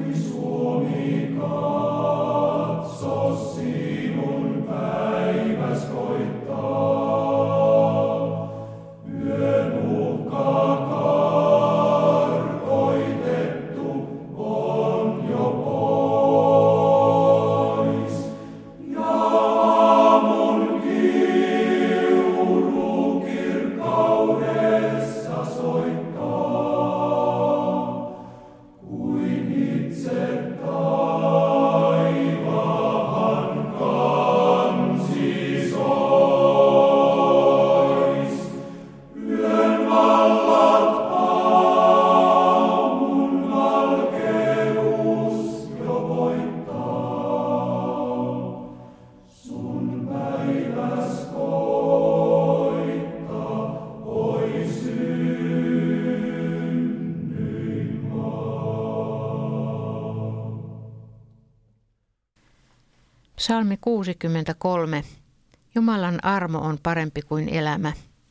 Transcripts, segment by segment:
Psalmi 63. Jumalan armo on parempi kuin elämä.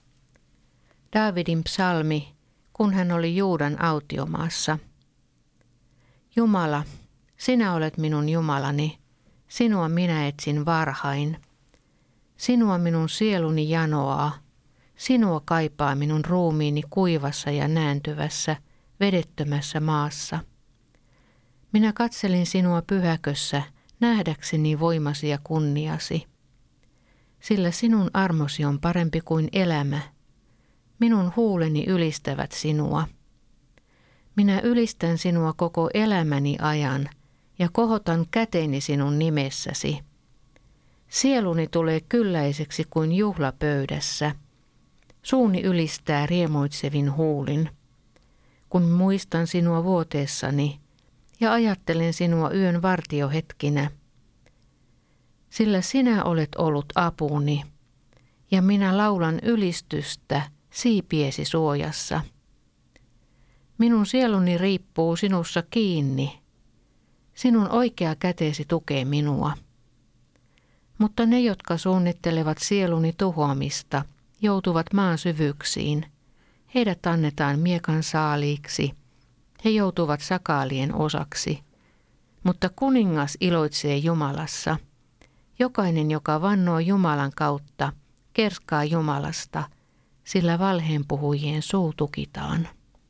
Daavidin psalmi, kun hän oli Juudan autiomaassa. Jumala, sinä olet minun Jumalani, sinua minä etsin varhain. Sinua minun sieluni janoaa, sinua kaipaa minun ruumiini kuivassa ja nääntyvässä, vedettömässä maassa. Minä katselin sinua pyhäkössä, nähdäkseni voimasi ja kunniasi. Sillä sinun armosi on parempi kuin elämä. Minun huuleni ylistävät sinua. Minä ylistän sinua koko elämäni ajan ja kohotan käteni sinun nimessäsi. Sieluni tulee kylläiseksi kuin juhlapöydässä. Suuni ylistää riemuitsevin huulin. Kun muistan sinua vuoteessani ja ajattelen sinua yön vartiohetkinä, sillä sinä olet ollut apuni ja minä laulan ylistystä siipiesi suojassa. Minun sieluni riippuu sinussa kiinni. Sinun oikea käteesi tukee minua. Mutta ne, jotka suunnittelevat sieluni tuhoamista, joutuvat maan syvyyksiin. Heidät annetaan miekan saaliiksi. He joutuvat sakaalien osaksi. Mutta kuningas iloitsee Jumalassa. Jokainen, joka vannoo Jumalan kautta, kerskaa Jumalasta, sillä valheenpuhujien suu tukitaan.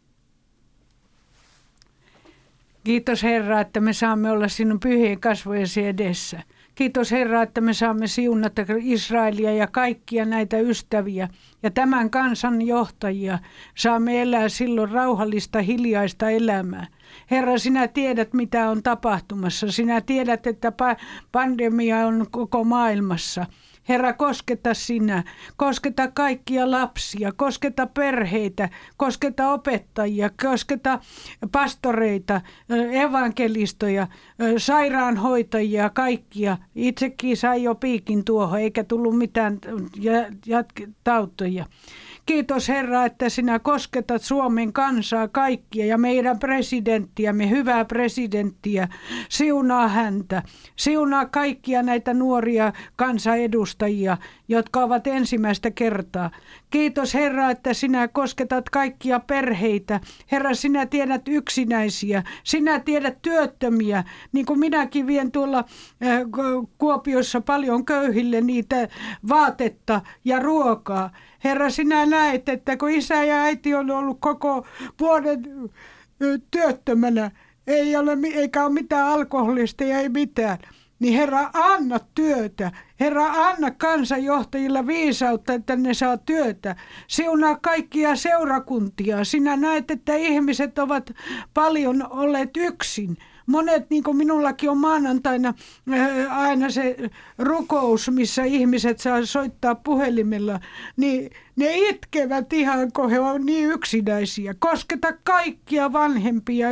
Kiitos Herra, että me saamme olla sinun pyhien kasvojesi edessä. Kiitos Herra, että me saamme siunata Israelia ja kaikkia näitä ystäviä ja tämän kansan johtajia. Saamme elää silloin rauhallista, hiljaista elämää. Herra, sinä tiedät, mitä on tapahtumassa. Sinä tiedät, että pandemia on koko maailmassa. Herra, kosketa sinä, kosketa kaikkia lapsia, kosketa perheitä, kosketa opettajia, kosketa pastoreita, evankelistoja, sairaanhoitajia, kaikkia. Itsekin sai jo piikin tuohon, eikä tullut mitään tautoja. Kiitos Herra, että sinä kosketat Suomen kansaa kaikkia ja meidän presidenttiämme, hyvää presidenttiä. Siunaa häntä. Siunaa kaikkia näitä nuoria kansanedustajia, jotka ovat ensimmäistä kertaa. Kiitos Herra, että sinä kosketat kaikkia perheitä. Herra, sinä tiedät yksinäisiä. Sinä tiedät työttömiä. Niin kuin minäkin vien tuolla Kuopiossa paljon köyhille niitä vaatetta ja ruokaa. Herra, sinä näet, että kun isä ja äiti on ollut koko vuoden työttömänä, eikä ole mitään alkoholista ja ei mitään, niin Herra, anna työtä. Herra, anna kansanjohtajilla viisautta, että ne saa työtä. Siunaa kaikkia seurakuntia. Sinä näet, että ihmiset ovat paljon olleet yksin. Monet, niin kuin minullakin on maanantaina aina se rukous, missä ihmiset saa soittaa puhelimella, niin ne itkevät ihan, kun he ovat niin yksinäisiä. Kosketa kaikkia vanhempia,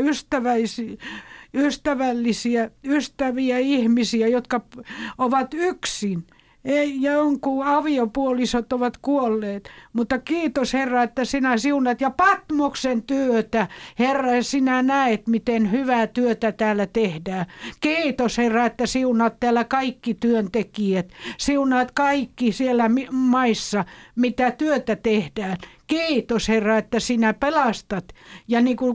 ystävällisiä, ystäviä ihmisiä, jotka ovat yksin. ja jonkun aviopuolisot ovat kuolleet. Mutta kiitos Herra, että sinä siunat ja Patmoksen työtä. Herra, sinä näet, miten hyvää työtä täällä tehdään. Kiitos Herra, että siunaat täällä kaikki työntekijät. Siunaat kaikki siellä maissa, mitä työtä tehdään. Kiitos Herra, että sinä pelastat. Ja niin kuin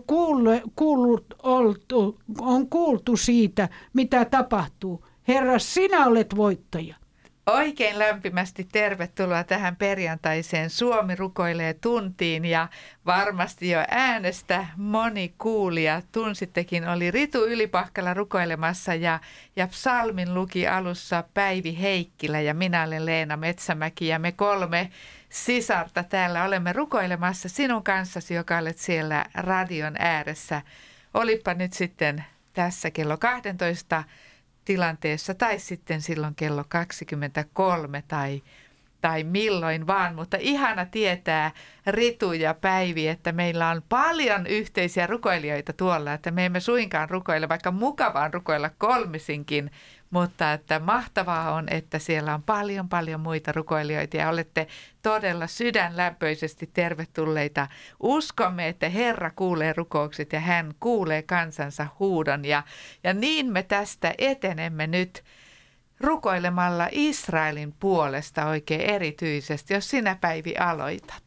on kuultu siitä, mitä tapahtuu. Herra, sinä olet voittaja. Oikein lämpimästi tervetuloa tähän perjantaiseen Suomi rukoilee tuntiin ja varmasti jo äänestä moni kuulija tunsittekin oli Ritu Ylipahkala rukoilemassa ja psalmin luki alussa Päivi Heikkilä ja minä olen Leena Metsämäki ja me 3 sisarta täällä olemme rukoilemassa sinun kanssasi, joka olet siellä radion ääressä. Olipa nyt sitten tässä kello 12 tilanteessa tai sitten silloin kello 23 tai milloin vaan, mutta ihana tietää Ritu ja Päivi, että meillä on paljon yhteisiä rukoilijoita tuolla, että me emme suinkaan rukoile, vaikka mukavaa on rukoilla kolmisinkin, mutta että mahtavaa on, että siellä on paljon muita rukoilijoita ja olette todella sydänlämpöisesti tervetulleita. Uskomme, että Herra kuulee rukoukset ja hän kuulee kansansa huudon ja niin me tästä etenemme nyt rukoilemalla Israelin puolesta oikein erityisesti, jos sinä Päivi aloitat.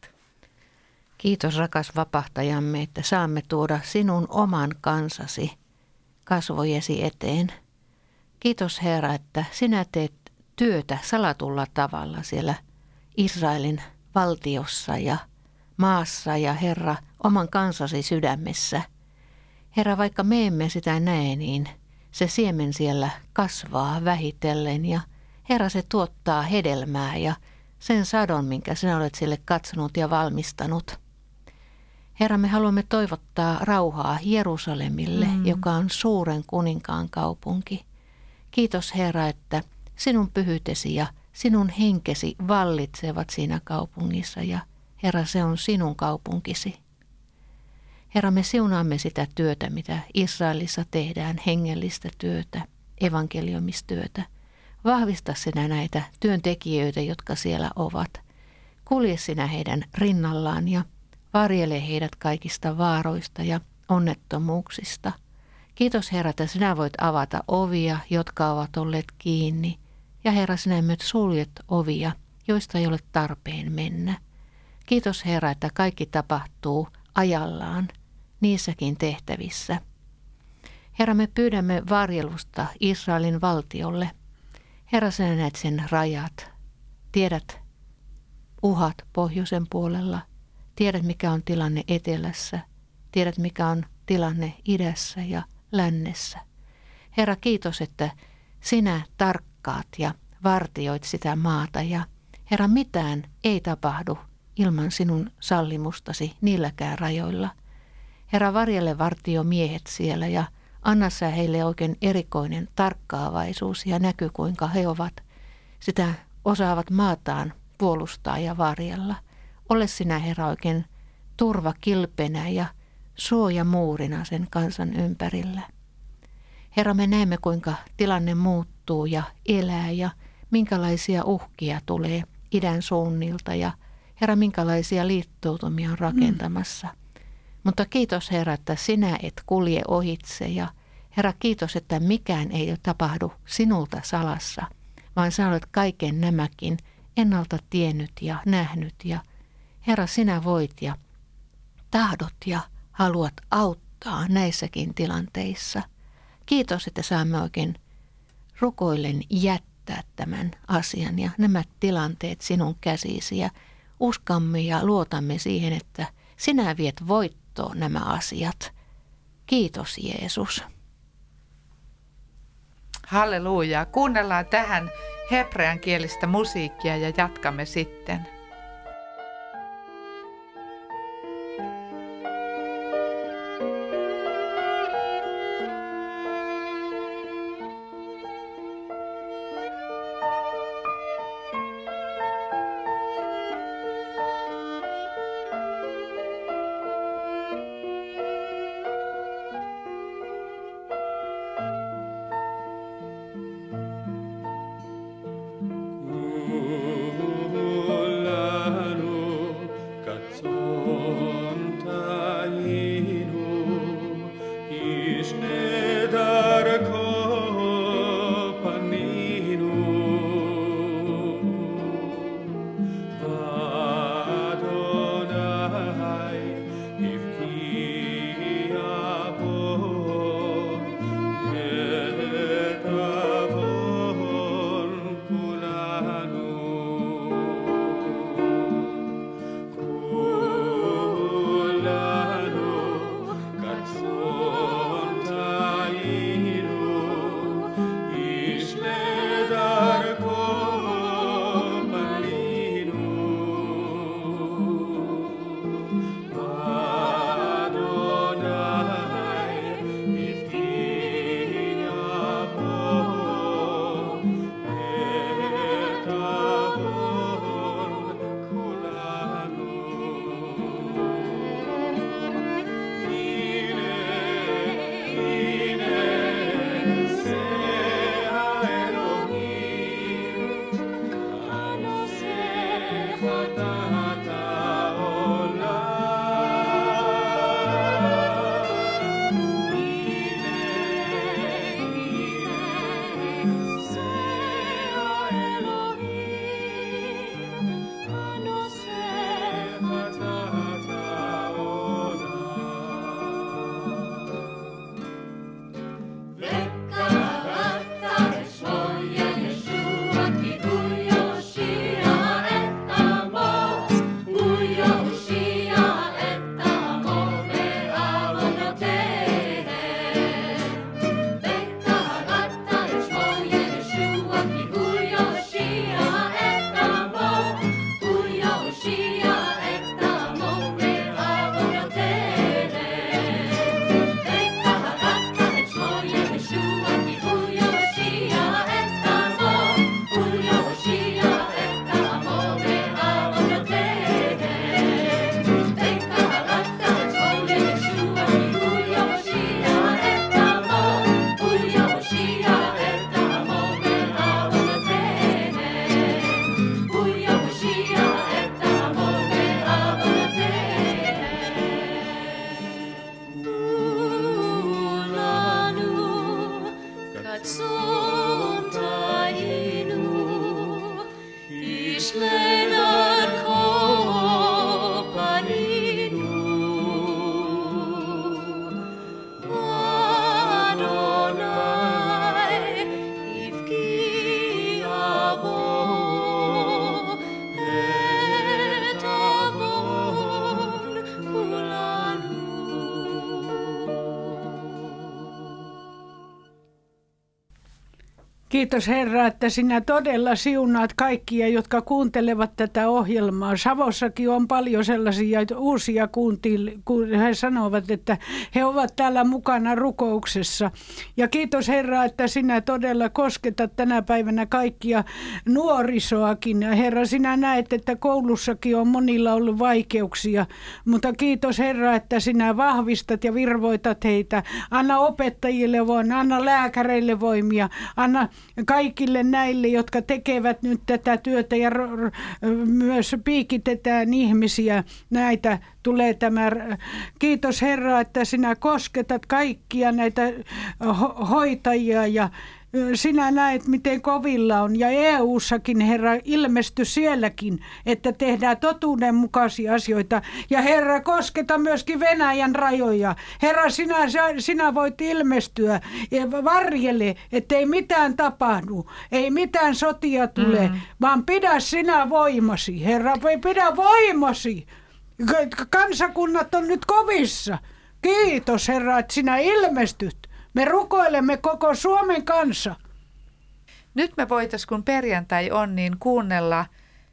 Kiitos rakas vapahtajamme, että saamme tuoda sinun oman kansasi kasvojesi eteen. Kiitos Herra, että sinä teet työtä salatulla tavalla siellä Israelin valtiossa ja maassa ja Herra oman kansasi sydämessä. Herra, vaikka me emme sitä näe, niin se siemen siellä kasvaa vähitellen ja Herra, se tuottaa hedelmää ja sen sadon, minkä sinä olet sille katsonut ja valmistanut. Herra, me haluamme toivottaa rauhaa Jerusalemille, joka on suuren kuninkaan kaupunki. Kiitos Herra, että sinun pyhyytesi ja sinun henkesi vallitsevat siinä kaupungissa ja Herra, se on sinun kaupunkisi. Herra, me siunaamme sitä työtä, mitä Israelissa tehdään, hengellistä työtä, evankeliumistyötä. Vahvista sinä näitä työntekijöitä, jotka siellä ovat. Kulje sinä heidän rinnallaan ja varjele heidät kaikista vaaroista ja onnettomuuksista. Kiitos Herra, että sinä voit avata ovia, jotka ovat olleet kiinni. Ja Herra, sinä myös suljet ovia, joista ei ole tarpeen mennä. Kiitos Herra, että kaikki tapahtuu ajallaan niissäkin tehtävissä. Herra, me pyydämme varjelusta Israelin valtiolle. Herra, sinä näet sen rajat. Tiedät uhat pohjoisen puolella. Tiedät, mikä on tilanne etelässä. Tiedät, mikä on tilanne idässä ja lännessä. Herra, kiitos, että sinä tarkkaat ja vartioit sitä maata ja Herra, mitään ei tapahdu ilman sinun sallimustasi niilläkään rajoilla. Herra, varjelle vartiomiehet siellä ja anna sä heille oikein erikoinen tarkkaavaisuus ja näky, kuinka he ovat sitä osaavat maataan puolustaa ja varjella. Ole sinä, Herra, oikein turvakilpenä ja suojamuurina sen kansan ympärillä. Herra, me näemme, kuinka tilanne muuttuu ja elää ja minkälaisia uhkia tulee idän suunnilta ja Herra, minkälaisia liittoutumia on rakentamassa. Mutta kiitos Herra, että sinä et kulje ohitse ja Herra, kiitos, että mikään ei tapahdu sinulta salassa, vaan sä olet kaiken nämäkin ennalta tiennyt ja nähnyt ja Herra, sinä voit ja tahdot ja haluat auttaa näissäkin tilanteissa. Kiitos, että saamme oikein rukoillen jättää tämän asian ja nämä tilanteet sinun käsisi ja uskamme ja luotamme siihen, että sinä viet voittoon nämä asiat. Kiitos Jeesus. Halleluja. Kuunnellaan tähän hebreankielistä musiikkia ja jatkamme sitten. Kiitos Herra, että sinä todella siunaat kaikkia, jotka kuuntelevat tätä ohjelmaa. Savossakin on paljon sellaisia uusia kun he sanovat, että he ovat täällä mukana rukouksessa. Ja kiitos Herra, että sinä todella kosketat tänä päivänä kaikkia nuorisoakin. Herra, sinä näet, että koulussakin on monilla ollut vaikeuksia, mutta kiitos Herra, että sinä vahvistat ja virvoitat heitä. Anna opettajille voimia, anna lääkäreille voimia, anna kaikille näille, jotka tekevät nyt tätä työtä ja myös piikitetään ihmisiä. Näitä tulee tämä. Kiitos Herra, että sinä kosketat kaikkia näitä hoitajia ja sinä näet, miten kovilla on. Ja EU-sakin, Herra, ilmesty sielläkin, että tehdään totuudenmukaisia asioita. Ja Herra, kosketa myöskin Venäjän rajoja. Herra, sinä voit ilmestyä ja varjele, ettei mitään tapahdu. Ei mitään sotia tule, vaan pidä sinä voimasi. Herra, pidä voimasi. Kansakunnat on nyt kovissa. Kiitos Herra, että sinä ilmestyt. Me rukoilemme koko Suomen kanssa. Nyt me voitaisiin, kun perjantai on, niin kuunnella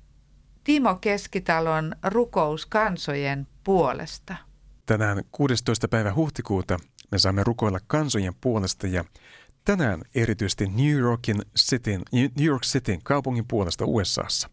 Timo Keskitalon rukous kansojen puolesta. Tänään 16. päivä huhtikuuta me saamme rukoilla kansojen puolesta ja tänään erityisesti New York Cityn kaupungin puolesta USAssa.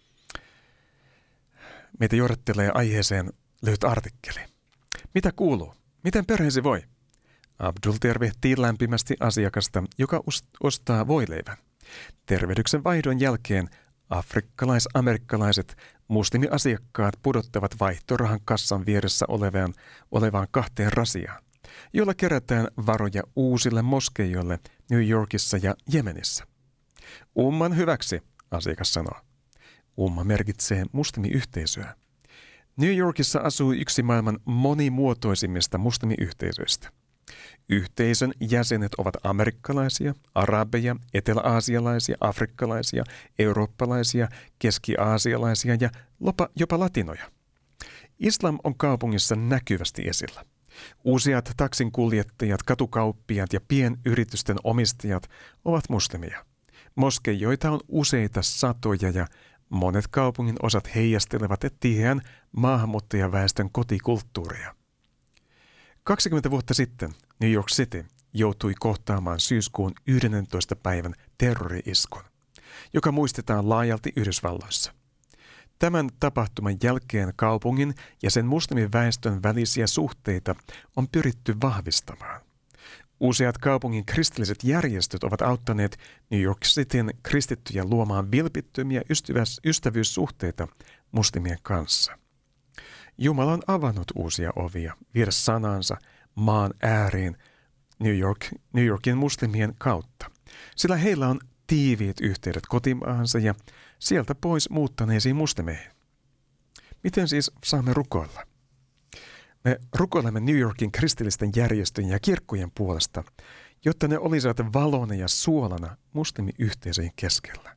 Meitä johdattelee aiheeseen lyhyt artikkeli. Mitä kuuluu? Miten perheesi voi? Abdul tervehtii lämpimästi asiakasta, joka ostaa voileivän. Tervehdyksen vaihdon jälkeen afrikkalais-amerikkalaiset muslimiasiakkaat pudottavat vaihtorahan kassan vieressä olevaan 2 rasiaan, jolla kerätään varoja uusille moskeijoille New Yorkissa ja Jemenissä. Umman hyväksi, asiakas sanoo. Umma merkitsee muslimiyhteisöä. New Yorkissa asuu yksi maailman monimuotoisimmista muslimiyhteisöistä. Yhteisön jäsenet ovat amerikkalaisia, arabeja, etelä-aasialaisia, afrikkalaisia, eurooppalaisia, keski-aasialaisia ja jopa latinoja. Islam on kaupungissa näkyvästi esillä. Useat taksinkuljettajat, katukauppiaat ja pienyritysten omistajat ovat muslimeja. Moskeijoita on useita satoja ja monet kaupungin osat heijastelevat tiheän maahanmuuttajaväestön kotikulttuuria. 20 vuotta sitten New York City joutui kohtaamaan syyskuun 11. päivän terrori-iskun, joka muistetaan laajalti Yhdysvalloissa. Tämän tapahtuman jälkeen kaupungin ja sen muslimiväestön välisiä suhteita on pyritty vahvistamaan. Useat kaupungin kristilliset järjestöt ovat auttaneet New York Cityn kristittyjä luomaan vilpittömiä ystävyyssuhteita muslimien kanssa. Jumala on avannut uusia ovia viedä sanansa maan ääriin New Yorkin muslimien kautta, sillä heillä on tiiviit yhteydet kotimaahansa ja sieltä pois muuttaneisiin muslimeihin. Miten siis saamme rukoilla? Me rukoilemme New Yorkin kristillisten järjestöjen ja kirkkojen puolesta, jotta ne olisivat valona ja suolana muslimiyhteisöjen keskellä.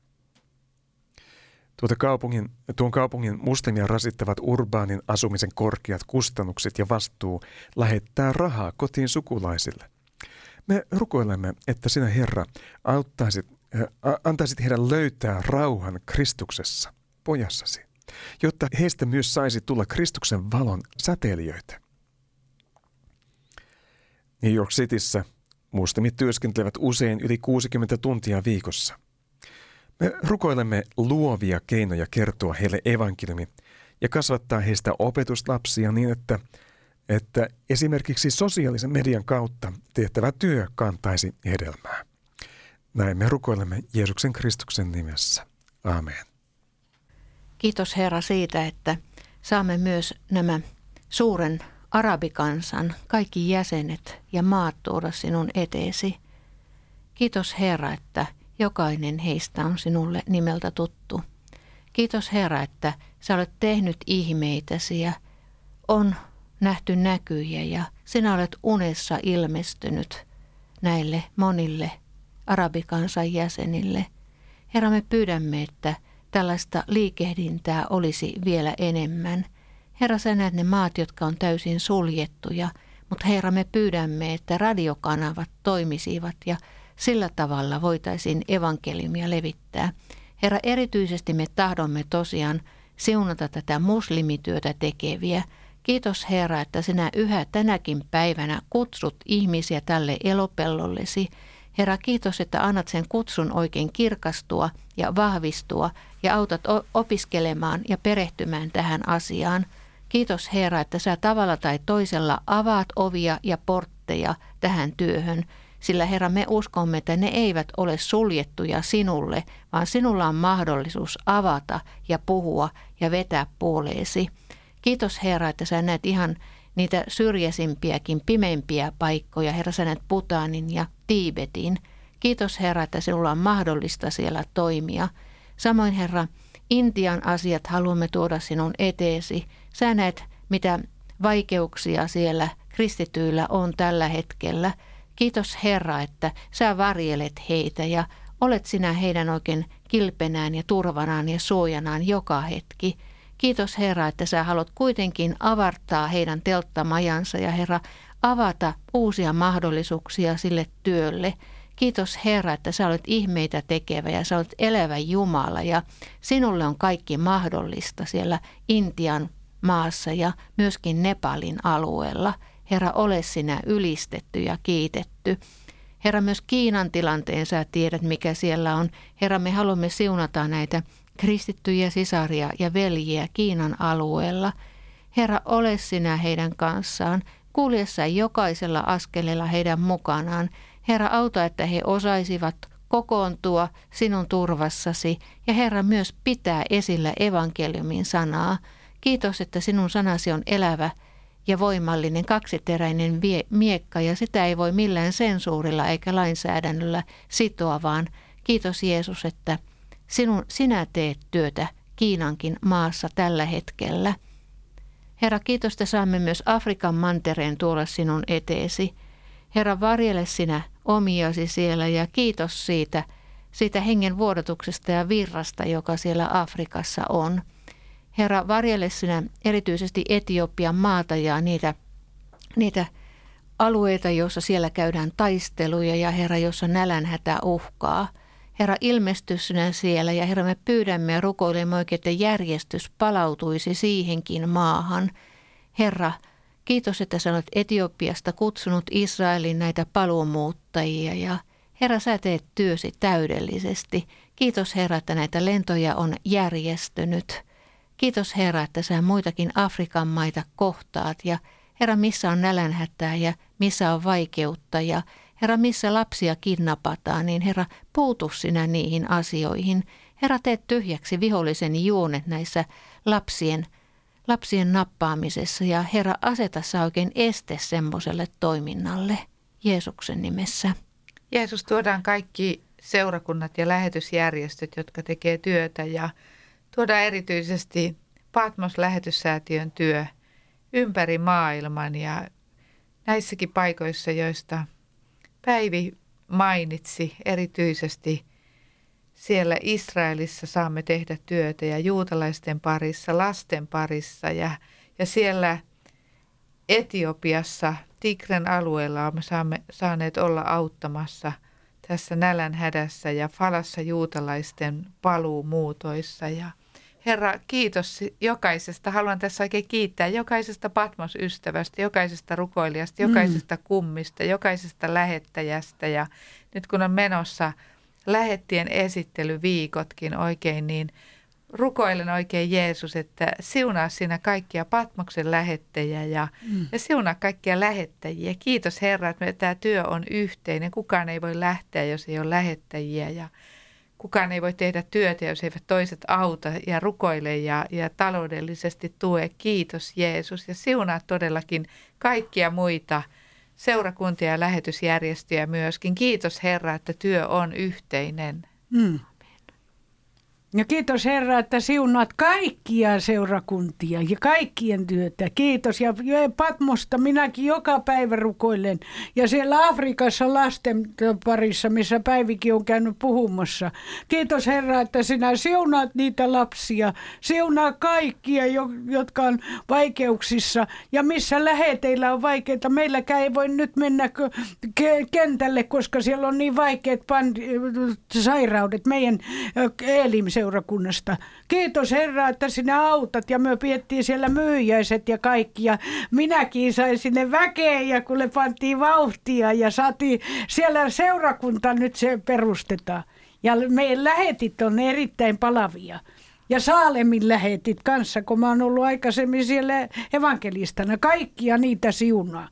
Tuon kaupungin muslimia rasittavat urbaanin asumisen korkeat kustannukset ja vastuu lähettää rahaa kotiin sukulaisille. Me rukoilemme, että sinä Herra antaisit heidän löytää rauhan Kristuksessa, pojassasi, jotta heistä myös saisi tulla Kristuksen valon säteilijöitä. New York Cityssä muslimit työskentelevät usein yli 60 tuntia viikossa. Me rukoilemme luovia keinoja kertoa heille evankeliumi ja kasvattaa heistä opetuslapsia niin, että esimerkiksi sosiaalisen median kautta tehtävä työ kantaisi hedelmää. Näin me rukoilemme Jeesuksen Kristuksen nimessä. Aamen. Kiitos Herra siitä, että saamme myös nämä suuren arabikansan, kaikki jäsenet ja maat tuoda sinun eteesi. Kiitos Herra, että jokainen heistä on sinulle nimeltä tuttu. Kiitos Herra, että sä olet tehnyt ihmeitäsi ja on nähty näkyjä ja sinä olet unessa ilmestynyt näille monille arabikansan jäsenille. Herra, me pyydämme, että tällaista liikehdintää olisi vielä enemmän. Herra, sä näet ne maat, jotka on täysin suljettuja, mutta Herra, me pyydämme, että radiokanavat toimisivat ja sillä tavalla voitaisiin evankeliumia levittää. Herra, erityisesti me tahdomme tosiaan siunata tätä muslimityötä tekeviä. Kiitos Herra, että sinä yhä tänäkin päivänä kutsut ihmisiä tälle elopellollesi. Herra, kiitos, että annat sen kutsun oikein kirkastua ja vahvistua ja autat opiskelemaan ja perehtymään tähän asiaan. Kiitos Herra, että sä tavalla tai toisella avaat ovia ja portteja tähän työhön. Sillä Herra, me uskomme, että ne eivät ole suljettuja sinulle, vaan sinulla on mahdollisuus avata ja puhua ja vetää puoleesi. Kiitos Herra, että sä näet ihan niitä syrjäisimpiäkin, pimeimpiä paikkoja. Herra, sä näet Bhutanin ja Tiibetin. Kiitos Herra, että sinulla on mahdollista siellä toimia. Samoin Herra, Intian asiat haluamme tuoda sinun eteesi. Sä näet, mitä vaikeuksia siellä kristityillä on tällä hetkellä. Kiitos Herra, että sä varjelet heitä ja olet sinä heidän oikein kilpenään ja turvanaan ja suojanaan joka hetki. Kiitos Herra, että sä haluat kuitenkin avartaa heidän telttamajansa ja Herra, avata uusia mahdollisuuksia sille työlle. Kiitos Herra, että sä olet ihmeitä tekevä ja sä olet elävä Jumala ja sinulle on kaikki mahdollista siellä Intian maassa ja myöskin Nepalin alueella. Herra, ole sinä ylistetty ja kiitetty. Herra, myös Kiinan tilanteen sä tiedät, mikä siellä on. Herra, me haluamme siunata näitä kristittyjä sisaria ja veljiä Kiinan alueella. Herra, ole sinä heidän kanssaan. Kulje sä jokaisella askeleella heidän mukanaan. Herra, auta, että he osaisivat kokoontua sinun turvassasi ja Herra myös pitää esillä evankeliumin sanaa. Kiitos, että sinun sanasi on elävä ja voimallinen kaksiteräinen miekka ja sitä ei voi millään sensuurilla eikä lainsäädännöllä sitoa, vaan kiitos Jeesus, että sinä teet työtä Kiinankin maassa tällä hetkellä. Herra, kiitos, että saamme myös Afrikan mantereen tuolla sinun eteesi. Herra, varjele sinä omiasi siellä ja kiitos siitä hengen vuodatuksesta ja virrasta, joka siellä Afrikassa on. Herra, varjele sinä erityisesti Etiopian maata ja niitä alueita, joissa siellä käydään taisteluja ja Herra, jossa nälänhätä uhkaa. Herra, ilmesty sinä siellä ja Herra, me pyydämme ja rukoilemme oikein, että järjestys palautuisi siihenkin maahan. Herra, kiitos, että sä olet Etiopiasta kutsunut Israelin näitä paluumuuttajia ja Herra, sä teet työsi täydellisesti. Kiitos Herra, että näitä lentoja on järjestynyt. Kiitos Herra, että sä muitakin Afrikan maita kohtaat ja Herra, missä on nälänhätää ja missä on vaikeutta ja Herra, missä lapsia kidnapataan, niin Herra, puutu sinä niihin asioihin. Herra, tee tyhjäksi vihollisen juonet näissä lapsien nappaamisessa ja Herra, aseta sä oikein este semmoiselle toiminnalle Jeesuksen nimessä. Jeesus, tuodaan kaikki seurakunnat ja lähetysjärjestöt, jotka tekee työtä ja tuodaan erityisesti Patmos-lähetyssäätiön työ ympäri maailman ja näissäkin paikoissa, joista Päivi mainitsi erityisesti siellä Israelissa saamme tehdä työtä ja juutalaisten parissa, lasten parissa ja siellä Etiopiassa, Tigren alueella me saamme saaneet olla auttamassa tässä nälänhädässä ja Falassa juutalaisten paluumuutoissa ja Herra, kiitos jokaisesta. Haluan tässä oikein kiittää jokaisesta Patmos-ystävästä, jokaisesta rukoilijasta, jokaisesta kummista, jokaisesta lähettäjästä. Ja nyt kun on menossa lähettien esittelyviikotkin oikein, niin rukoilen oikein Jeesus, että siunaa sinä kaikkia Patmoksen lähettäjiä ja siunaa kaikkia lähettäjiä. Kiitos Herra, että tämä työ on yhteinen. Kukaan ei voi lähteä, jos ei ole lähettäjiä ja kukaan ei voi tehdä työtä, jos eivät toiset auta ja rukoile ja taloudellisesti tue. Kiitos Jeesus ja siunaa todellakin kaikkia muita seurakuntia ja lähetysjärjestöjä myöskin. Kiitos Herra, että työ on yhteinen. Ja kiitos Herra, että siunaat kaikkia seurakuntia ja kaikkien työtä. Kiitos. Ja Patmosta minäkin joka päivä rukoilen. Ja siellä Afrikassa lasten parissa, missä Päivikin on käynyt puhumassa. Kiitos Herra, että sinä siunaat niitä lapsia. Siunaa kaikkia, jotka on vaikeuksissa. Ja missä läheteillä on vaikeita. Meilläkään ei voi nyt mennä kentälle, koska siellä on niin vaikeat sairaudet meidän seurakunnasta. Kiitos Herra, että sinä autat ja me piettiin siellä myyjäiset ja kaikki ja minäkin sain sinne väkeä ja kun le pantiin vauhtia ja saatiin siellä seurakunta nyt se perustetaan. Ja meidän lähetit on erittäin palavia. Ja Saalemin lähetit kanssa, kun mä oon ollut aikaisemmin siellä evankelistana. Kaikkia niitä siunaa.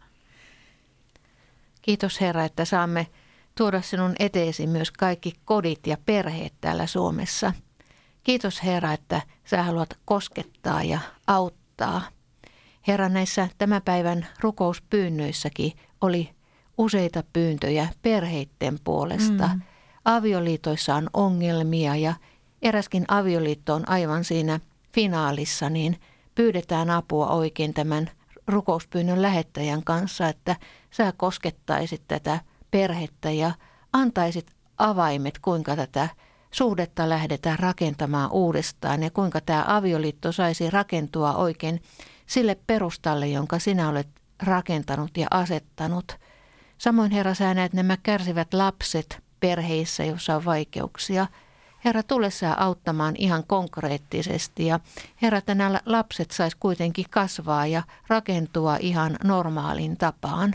Kiitos Herra, että saamme tuoda sinun eteesi myös kaikki kodit ja perheet täällä Suomessa. Kiitos Herra, että sä haluat koskettaa ja auttaa. Herra, näissä tämän päivän rukouspyynnöissäkin oli useita pyyntöjä perheiden puolesta. Avioliitoissa on ongelmia ja eräskin avioliitto on aivan siinä finaalissa, niin pyydetään apua oikein tämän rukouspyynnön lähettäjän kanssa, että sä koskettaisit tätä perhettä ja antaisit avaimet, kuinka tätä suhdetta lähdetään rakentamaan uudestaan ja kuinka tämä avioliitto saisi rakentua oikein sille perustalle, jonka sinä olet rakentanut ja asettanut. Samoin Herra, sä näet nämä kärsivät lapset perheissä, joissa on vaikeuksia. Herra, tule sä auttamaan ihan konkreettisesti ja Herra, että nämä lapset sais kuitenkin kasvaa ja rakentua ihan normaalin tapaan.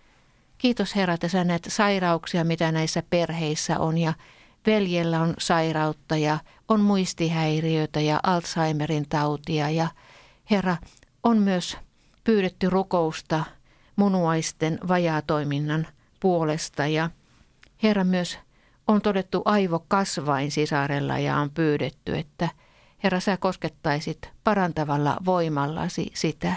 Kiitos Herra, että sä näet sairauksia, mitä näissä perheissä on ja veljellä on sairautta ja on muistihäiriöitä ja Alzheimerin tautia ja Herra, on myös pyydetty rukousta munuaisten vajaatoiminnan puolesta ja Herra, myös on todettu aivokasvain sisarella ja on pyydetty, että Herra, sä koskettaisit parantavalla voimallasi sitä.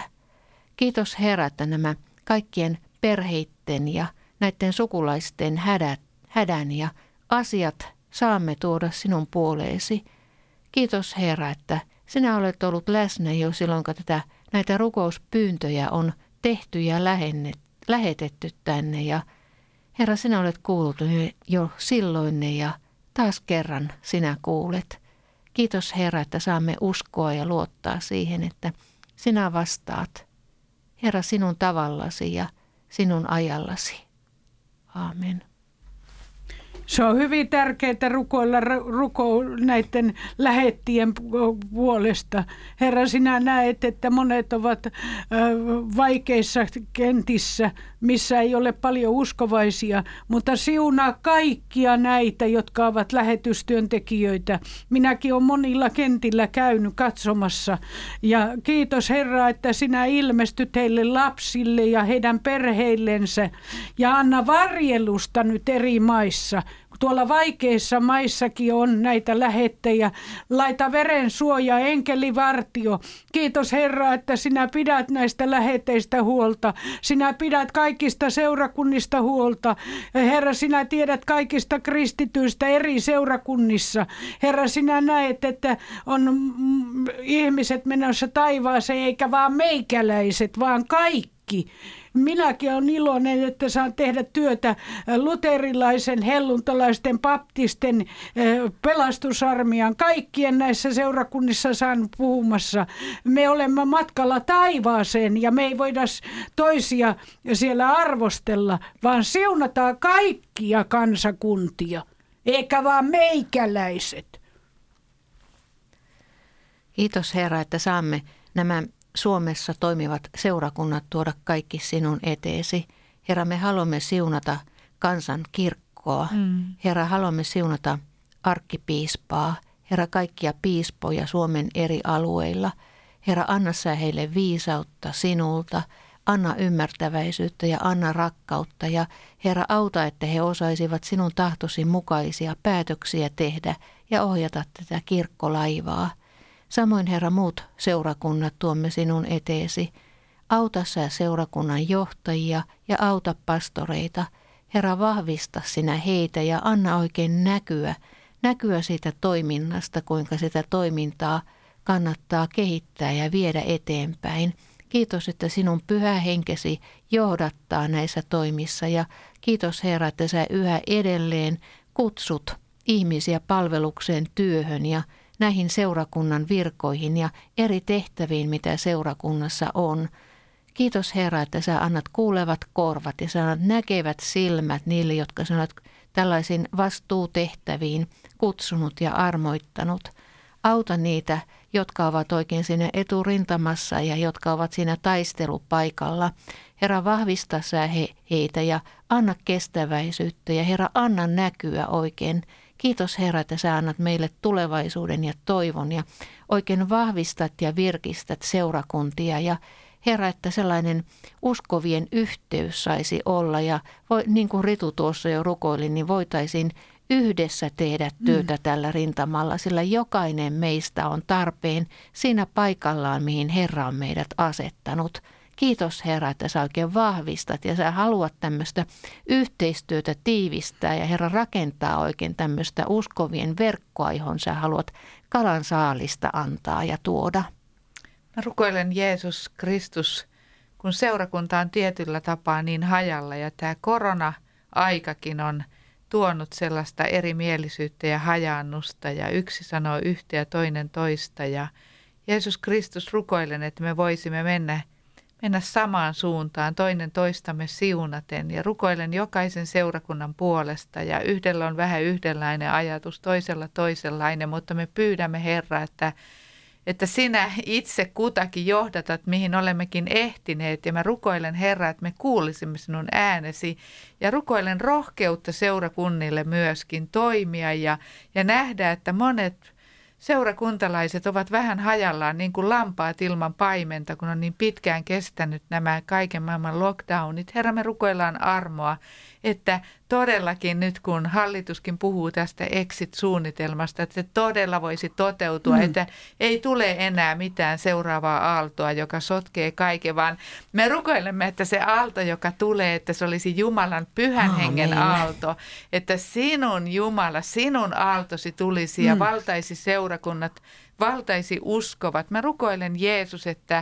Kiitos Herra, että nämä kaikkien perheitten ja näiden sukulaisten hädän ja asiat saamme tuoda sinun puoleesi. Kiitos Herra, että sinä olet ollut läsnä jo silloin, kun näitä rukouspyyntöjä on tehty ja lähetetty tänne. Ja Herra, sinä olet kuullut jo silloin ne ja taas kerran sinä kuulet. Kiitos Herra, että saamme uskoa ja luottaa siihen, että sinä vastaat. Herra, sinun tavallasi ja sinun ajallasi. Aamen. Se on hyvin tärkeää rukoilla näiden lähettien puolesta. Herra, sinä näet, että monet ovat vaikeissa kentissä, missä ei ole paljon uskovaisia, mutta siunaa kaikkia näitä, jotka ovat lähetystyöntekijöitä. Minäkin olen monilla kentillä käynyt katsomassa ja kiitos Herra, että sinä ilmestyt heille lapsille ja heidän perheillensä ja anna varjelusta nyt eri maissa. Tuolla vaikeissa maissakin on näitä lähettejä. Laita verensuoja, enkelivartio. Kiitos Herra, että sinä pidät näistä läheteistä huolta. Sinä pidät kaikista seurakunnista huolta. Herra, sinä tiedät kaikista kristityistä eri seurakunnissa. Herra, sinä näet, että on ihmiset menossa taivaaseen, eikä vaan meikäläiset, vaan kaikki. Minäkin olen iloinen, että saan tehdä työtä luterilaisen, helluntalaisten, baptisten, pelastusarmian. Kaikkien näissä seurakunnissa saan puhumassa. Me olemme matkalla taivaaseen ja me ei voida toisia siellä arvostella, vaan siunataan kaikkia kansakuntia, eikä vaan meikäläiset. Kiitos Herra, että saamme nämä Suomessa toimivat seurakunnat tuoda kaikki sinun eteesi. Herra, me haluamme siunata kansan kirkkoa. Herra, haluamme siunata arkkipiispaa. Herra, kaikkia piispoja Suomen eri alueilla. Herra, anna sä heille viisautta sinulta. Anna ymmärtäväisyyttä ja anna rakkautta. Ja Herra, auta, että he osaisivat sinun tahtosi mukaisia päätöksiä tehdä ja ohjata tätä kirkkolaivaa. Samoin Herra, muut seurakunnat tuomme sinun eteesi. Auta sä seurakunnan johtajia ja auta pastoreita. Herra, vahvista sinä heitä ja anna oikein näkyä siitä toiminnasta, kuinka sitä toimintaa kannattaa kehittää ja viedä eteenpäin. Kiitos, että sinun pyhä henkesi johdattaa näissä toimissa ja kiitos Herra, että sä yhä edelleen kutsut ihmisiä palvelukseen, työhön ja näihin seurakunnan virkoihin ja eri tehtäviin, mitä seurakunnassa on. Kiitos Herra, että sä annat kuulevat korvat ja sä annat näkevät silmät niille, jotka sä olet tällaisiin vastuutehtäviin kutsunut ja armoittanut. Auta niitä, jotka ovat oikein siinä eturintamassa ja jotka ovat siinä taistelupaikalla. Herra, vahvista sä heitä ja anna kestäväisyyttä ja Herra, anna näkyä oikein. Kiitos Herra, että sä annat meille tulevaisuuden ja toivon ja oikein vahvistat ja virkistät seurakuntia ja Herra, että sellainen uskovien yhteys saisi olla ja niin kuin Ritu tuossa jo rukoili, niin voitaisiin yhdessä tehdä työtä tällä rintamalla, sillä jokainen meistä on tarpeen siinä paikallaan, mihin Herra on meidät asettanut. Kiitos Herra, että sä oikein vahvistat ja sä haluat tämmöistä yhteistyötä tiivistää ja Herra rakentaa oikein tämmöistä uskovien verkkoa, johon sä haluat kalan saalista antaa ja tuoda. Mä rukoilen Jeesus Kristus, kun seurakunta on tietyllä tapaa niin hajalla ja tämä korona-aikakin on tuonut sellaista erimielisyyttä ja hajaannusta ja yksi sanoo yhtä ja toinen toista. Ja Jeesus Kristus, rukoilen, että me voisimme mennä samaan suuntaan, toinen toistamme siunaten ja rukoilen jokaisen seurakunnan puolesta ja yhdellä on vähän yhdenlainen ajatus, toisella toisenlainen, mutta me pyydämme Herra, että sinä itse kutakin johdatat, mihin olemmekin ehtineet. Ja mä rukoilen Herra, että me kuulisimme sinun äänesi ja rukoilen rohkeutta seurakunnille myöskin toimia ja nähdä, että monet seurakuntalaiset ovat vähän hajallaan niin kuin lampaat ilman paimenta, kun on niin pitkään kestänyt nämä kaiken maailman lockdownit. Herra, me rukoillaan armoa, että todellakin nyt kun hallituskin puhuu tästä exit-suunnitelmasta, että se todella voisi toteutua, että ei tule enää mitään seuraavaa aaltoa, joka sotkee kaiken, vaan me rukoilemme, että se aalto, joka tulee, että se olisi Jumalan pyhän hengen aalto, että sinun Jumala, sinun aaltosi tulisi ja valtaisi seurakunnat, valtaisi uskovat. Mä rukoilen Jeesus, että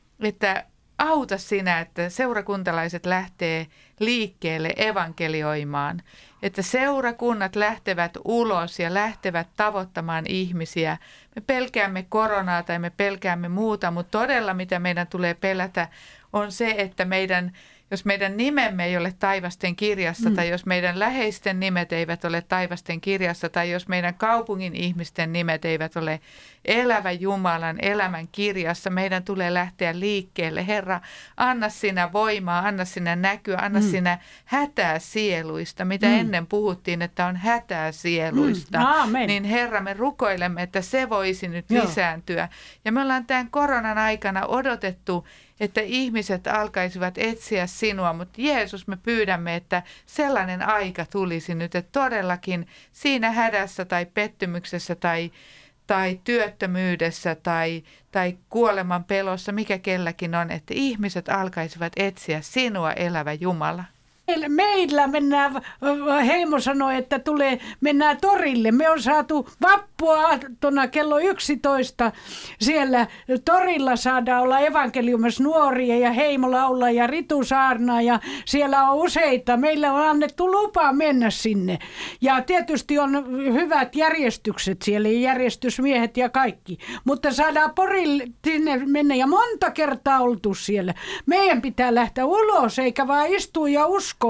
auta sinä, että seurakuntalaiset lähtee liikkeelle evankelioimaan, että seurakunnat lähtevät ulos ja lähtevät tavoittamaan ihmisiä. Me pelkäämme koronaa tai me pelkäämme muuta, mutta todella mitä meidän tulee pelätä on se, että jos meidän nimemme ei ole taivasten kirjassa tai jos meidän läheisten nimet eivät ole taivasten kirjassa tai jos meidän kaupungin ihmisten nimet eivät ole elävä Jumalan elämän kirjassa, meidän tulee lähteä liikkeelle. Herra, anna sinä voimaa, anna sinä näkyä, anna sinä hätää sieluista, mitä ennen puhuttiin, että on hätää sieluista. Niin Herra, me rukoilemme, että se voisi nyt lisääntyä. Ja me ollaan tämän koronan aikana odotettu, että ihmiset alkaisivat etsiä sinua, mutta Jeesus, me pyydämme, että sellainen aika tulisi nyt, että todellakin siinä hädässä tai pettymyksessä tai työttömyydessä tai kuoleman pelossa, mikä kelläkin on, että ihmiset alkaisivat etsiä sinua, elävä Jumala. Meillä mennään, Heimo sanoi, että mennään torille. Me on saatu vappuaattona kello 11 siellä torilla saadaan olla evankeliumissa nuoria ja Heimo laulaa ja Ritu saarnaa ja siellä on useita. Meillä on annettu lupa mennä sinne ja tietysti on hyvät järjestykset siellä ja järjestysmiehet ja kaikki. Mutta saadaan Porille sinne mennä ja monta kertaa oltu siellä. Meidän pitää lähteä ulos eikä vaan istua ja uskoa.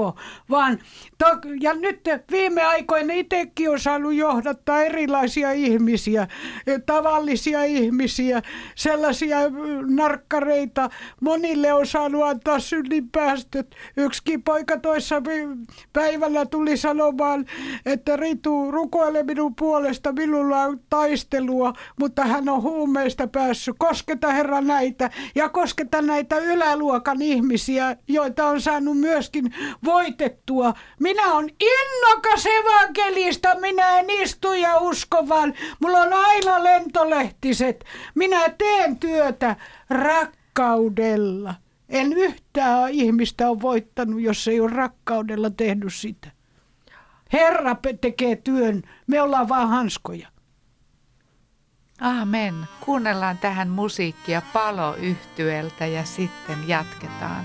Ja nyt viime aikoina itsekin on saanut johdattaa erilaisia ihmisiä, tavallisia ihmisiä, sellaisia narkkareita. Monille on saanut antaa synninpäästöt. Yksikin poika toissa päivällä tuli sanomaan, että Ritu, rukoile minun puolesta, minulla on taistelua, mutta hän on huumeista päässyt. Kosketa Herra näitä ja kosketa näitä yläluokan ihmisiä, joita on saanut myöskin voitettua. Minä on innokas evankelista, minä en istu ja usko, vaan mulla on aina lentolehtiset. Minä teen työtä rakkaudella. En yhtään ihmistä ole voittanut, jos ei ole rakkaudella tehnyt sitä. Herra tekee työn, me ollaan vaan hanskoja. Amen. Kuunnellaan tähän musiikkia Palo-yhtyeltä ja sitten jatketaan.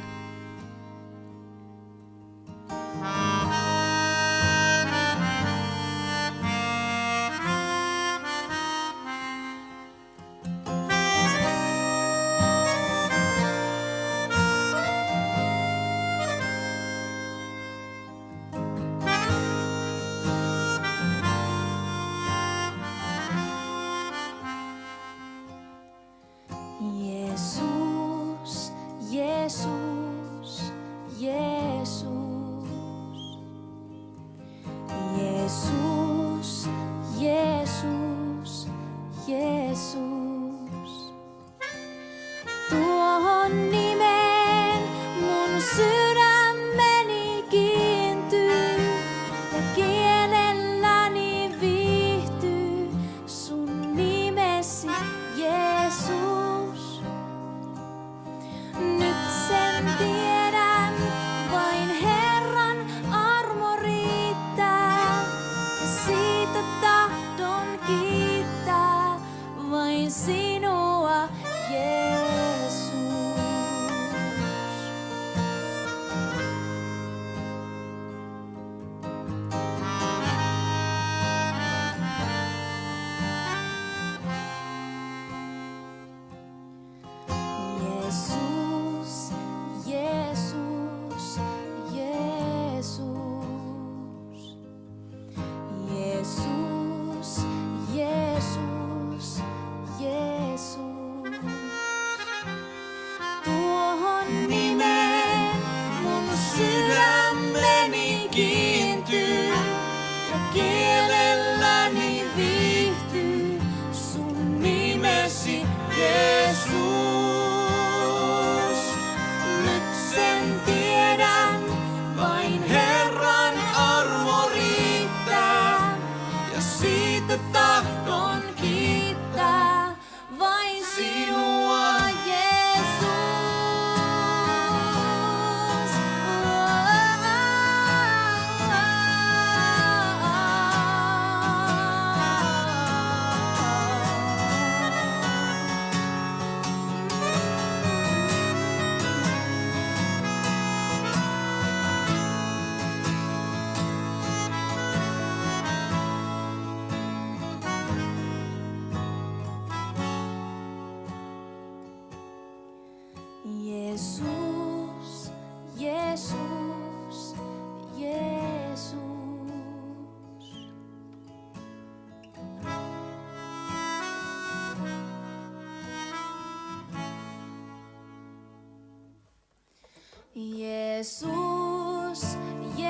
Jeesus,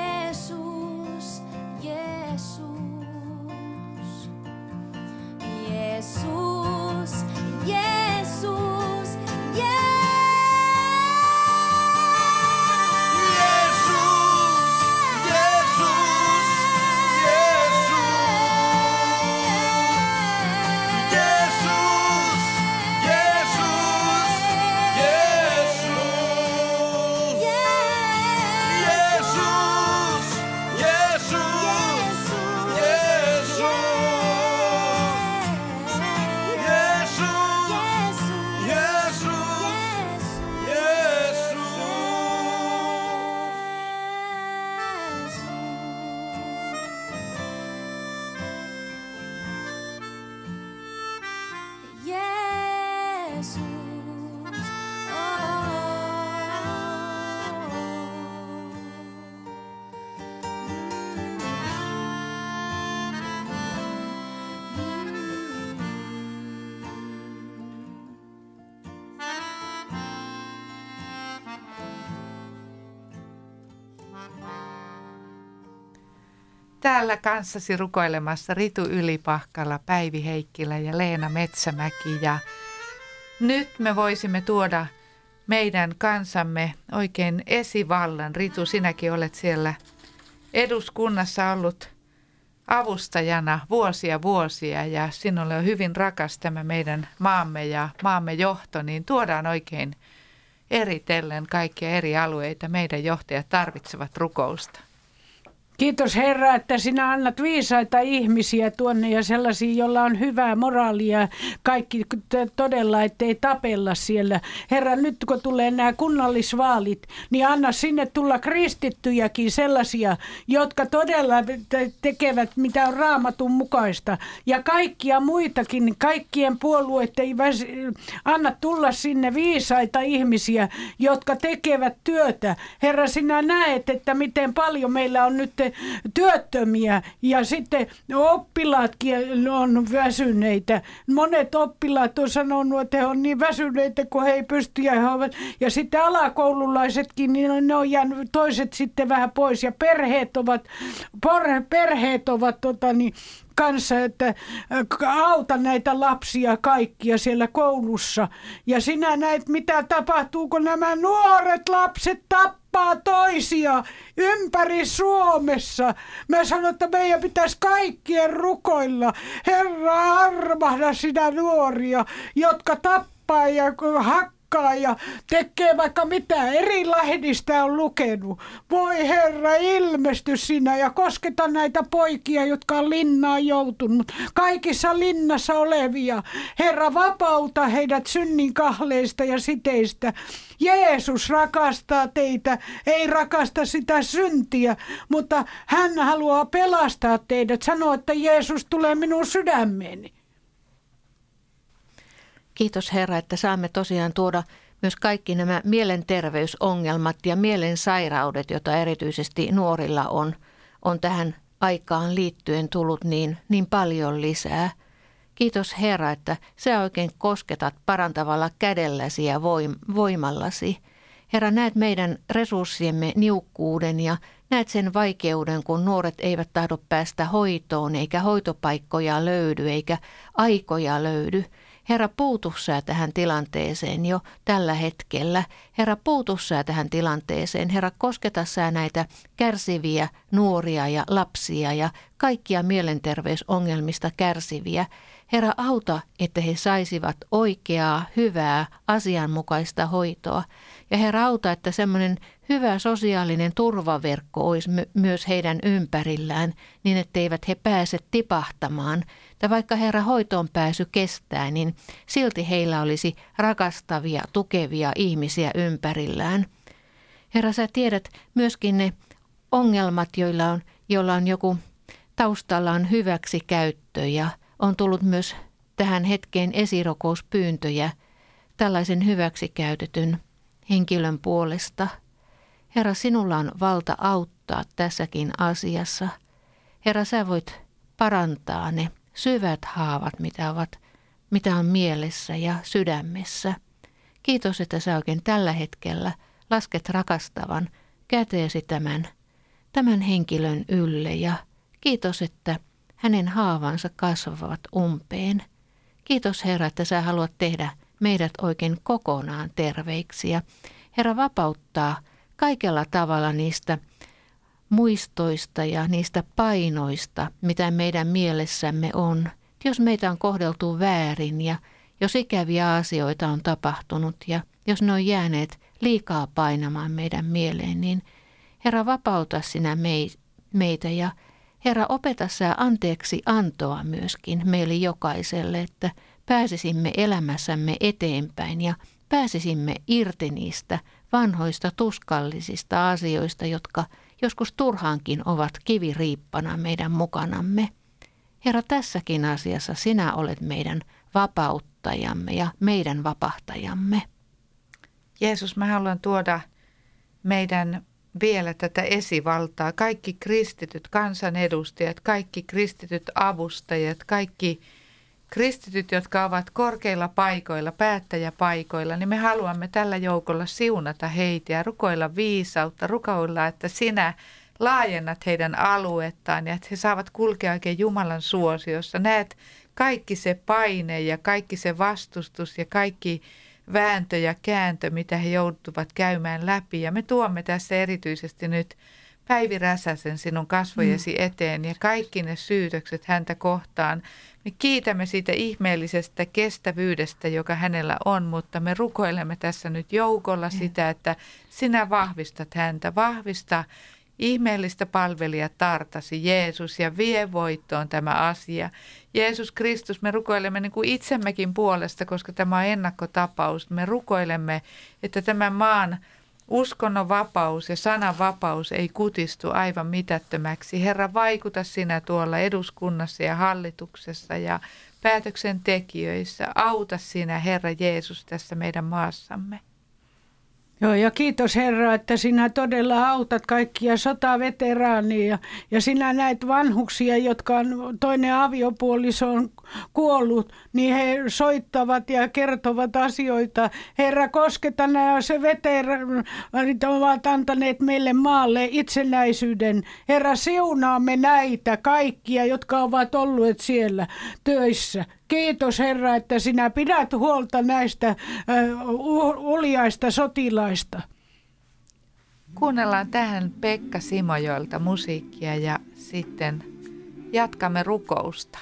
Jeesus, Jeesus. Jeesus, Jeesus, Täällä kanssasi rukoilemassa Ritu Ylipahkala, Päivi Heikkilä ja Leena Metsämäki. Ja nyt me voisimme tuoda meidän kansamme oikein esivallan. Ritu, sinäkin olet siellä eduskunnassa ollut avustajana vuosia ja sinulle on hyvin rakas tämä meidän maamme ja maamme johto, niin tuodaan oikein eritellen kaikkia eri alueita meidän johtajat tarvitsevat rukousta. Kiitos Herra, että sinä annat viisaita ihmisiä tuonne ja sellaisia, joilla on hyvää moraalia. Kaikki todella, ettei tapella siellä. Herra, nyt kun tulee nämä kunnallisvaalit, niin anna sinne tulla kristittyjäkin sellaisia, jotka todella tekevät mitä on Raamatun mukaista. Ja kaikkia muitakin, kaikkien puolueiden anna tulla sinne viisaita ihmisiä, jotka tekevät työtä. Herra, sinä näet, että miten paljon meillä on nyt työttömiä ja sitten oppilaatkin on väsyneitä. Monet oppilaat on sanonut, että he on niin väsyneitä, kun he ei pysty ja sitten alakoululaisetkin, niin ne on jäänyt toiset sitten vähän pois ja perheet ovat kanssa, että auta näitä lapsia kaikkia siellä koulussa. Ja sinä näet, mitä tapahtuu, kun nämä nuoret lapset tappaa toisia ympäri Suomessa. Mä sanon, että meidän pitäisi kaikkien rukoilla. Herra, armahda sinä nuoria, jotka tappaa ja hakkaa ja tekee vaikka mitä. Eri lehdistä on lukenut. Voi Herra, ilmesty sinä ja kosketa näitä poikia, jotka on linnaan joutunut. Kaikissa linnassa olevia. Herra, vapauta heidät synnin kahleista ja siteistä. Jeesus rakastaa teitä, ei rakasta sitä syntiä, mutta hän haluaa pelastaa teidät. Sanoo, että Jeesus tulee minun sydämeeni. Kiitos Herra, että saamme tosiaan tuoda myös kaikki nämä mielenterveysongelmat ja mielensairaudet, joita erityisesti nuorilla on tähän aikaan liittyen tullut niin paljon lisää. Kiitos Herra, että sä oikein kosketat parantavalla kädelläsi ja voimallasi. Herra, näet meidän resurssiemme niukkuuden ja näet sen vaikeuden, kun nuoret eivät tahdo päästä hoitoon, eikä hoitopaikkoja löydy, eikä aikoja löydy. Herra, puutu sä tähän tilanteeseen jo tällä hetkellä. Herra, puutu sä tähän tilanteeseen. Herra, kosketa sä näitä kärsiviä nuoria ja lapsia ja kaikkia mielenterveysongelmista kärsiviä. Herra, auta, että he saisivat oikeaa, hyvää, asianmukaista hoitoa. Ja Herra, auta, että semmoinen hyvä sosiaalinen turvaverkko olisi myös heidän ympärillään, niin etteivät he pääse tipahtamaan. Tai vaikka Herra hoitoon pääsy kestää, niin silti heillä olisi rakastavia, tukevia ihmisiä ympärillään. Herra, sä tiedät myöskin ne ongelmat, joilla on joku taustallaan hyväksikäyttö ja on tullut myös tähän hetkeen esirukouspyyntöjä tällaisen hyväksikäytetyn henkilön puolesta. Herra, sinulla on valta auttaa tässäkin asiassa. Herra, sä voit parantaa ne syvät haavat, mitä on mielessä ja sydämessä. Kiitos, että sä oikein tällä hetkellä lasket rakastavan käteesi tämän henkilön ylle ja kiitos, että hänen haavansa kasvavat umpeen. Kiitos Herra, että sä haluat tehdä meidät oikein kokonaan terveiksi ja Herra vapauttaa kaikella tavalla niistä muistoista ja niistä painoista, mitä meidän mielessämme on. Jos meitä on kohdeltu väärin ja jos ikäviä asioita on tapahtunut ja jos ne on jääneet liikaa painamaan meidän mieleen, niin Herra vapauta sinä meitä ja Herra opeta sä anteeksi antoa myöskin meille jokaiselle, että pääsisimme elämässämme eteenpäin ja pääsisimme irti niistä vanhoista tuskallisista asioista, jotka joskus turhaankin ovat kiviriippana meidän mukanamme. Herra, tässäkin asiassa sinä olet meidän vapauttajamme ja meidän vapahtajamme. Jeesus, mä haluan tuoda meidän vielä tätä esivaltaa. Kaikki kristityt kansanedustajat, kaikki kristityt avustajat, kaikki kristityt, jotka ovat korkeilla paikoilla, päättäjäpaikoilla, niin me haluamme tällä joukolla siunata heitä ja rukoilla viisautta, rukoilla, että sinä laajennat heidän aluettaan ja että he saavat kulkea oikein Jumalan suosiossa. Näet kaikki se paine ja kaikki se vastustus ja kaikki vääntö ja kääntö, mitä he joutuvat käymään läpi. Ja me tuomme tässä erityisesti nyt Päivi Räsäsen sinun kasvojesi eteen ja kaikki ne syytökset häntä kohtaan. Me kiitämme siitä ihmeellisestä kestävyydestä, joka hänellä on, mutta me rukoilemme tässä nyt joukolla sitä, että sinä vahvistat häntä. Vahvista ihmeellistä palvelijatartasi, Jeesus, ja vie voittoon tämä asia. Jeesus Kristus, me rukoilemme niin kuin itsemmekin puolesta, koska tämä on ennakkotapaus. Me rukoilemme, että tämän maan uskonnon vapaus ja sananvapaus ei kutistu aivan mitättömäksi. Herra, vaikuta sinä tuolla eduskunnassa ja hallituksessa ja päätöksentekijöissä. Auta sinä, Herra Jeesus, tässä meidän maassamme. Joo, ja kiitos Herra, että sinä todella autat kaikkia sotaveteraaneja ja sinä näet vanhuksia, jotka on toinen aviopuoliso on kuollut, niin he soittavat ja kertovat asioita. Herra, kosketa nämä se veteraanit ovat antaneet meille maalle itsenäisyyden. Herra, siunaamme näitä kaikkia, jotka ovat olleet siellä töissä. Kiitos Herra, että sinä pidät huolta näistä uljaista sotilaista. Kuunnellaan tähän Pekka Simojoelta musiikkia ja sitten jatkamme rukousta.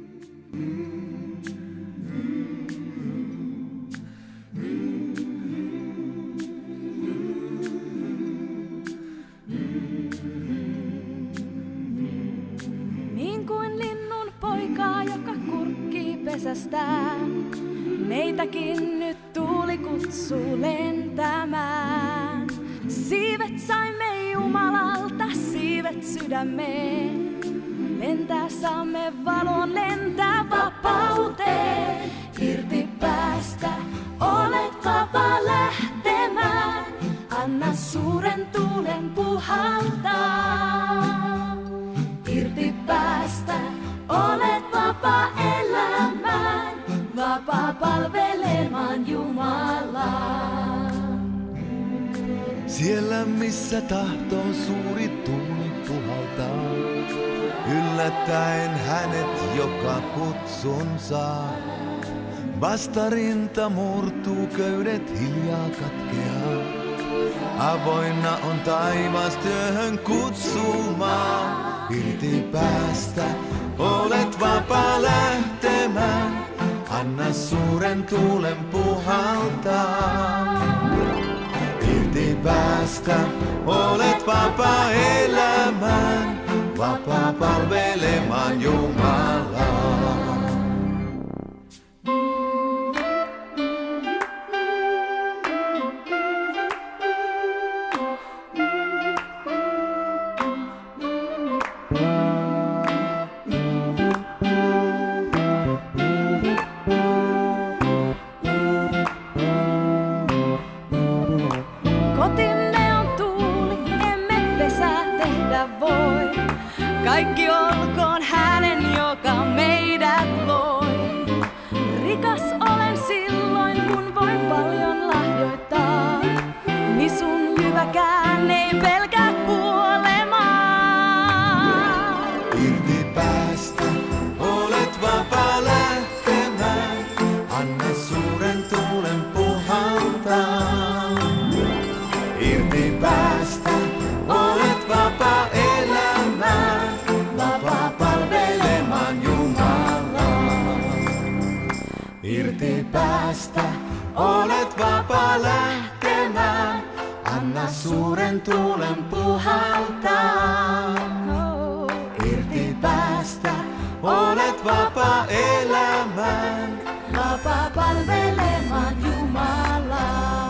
Niin kuin linnun poikaa, joka kurkkii pesästään, meitäkin nyt tuuli kutsuu lentämään. Siivet saimme Jumalalta, siivet sydämeen. Lentää saamme valon, lentää vapauteen. Irti päästä, olet vapaa lähtemään. Anna suuren tuulen puhaltaa. Irti päästä, olet vapaa elämään. Vapaa palvelemaan Jumalaa. Siellä missä tahtoo suuri tuuli puhaltaa, yllättäen hänet joka kutsun saa. Vastarinta murtuu, köydet hiljaa katkeaa. Avoinna on taivas työhön kutsumaan. Irti päästä, olet vapaa lähtemään. Anna suuren tuulen puhaltaa. Irti päästä, olet vapaa elämään. Vapaa palvelemaan Jumalaa. Kotimme on tuuli, emme pesää tehdä voi. Kaikki olkoon hänen, joka meidät loi. Rikas olen silloin, kun voin paljon lahjoittaa. Misun jyväkään ei pelkää kuolemaa. Irti päästä, olet vapaa lähtemään. Anna suuren tuulen puhaltaa. Irti päästä, olet vapaa elämään. Vapaa palvelemaan Jumalaa. Irti päästä, olet vapaa lähtemään. Anna suuren tuulen puhaltaa. Irti päästä, olet vapaa elämään. Vapaa palvelemaan Jumalaa.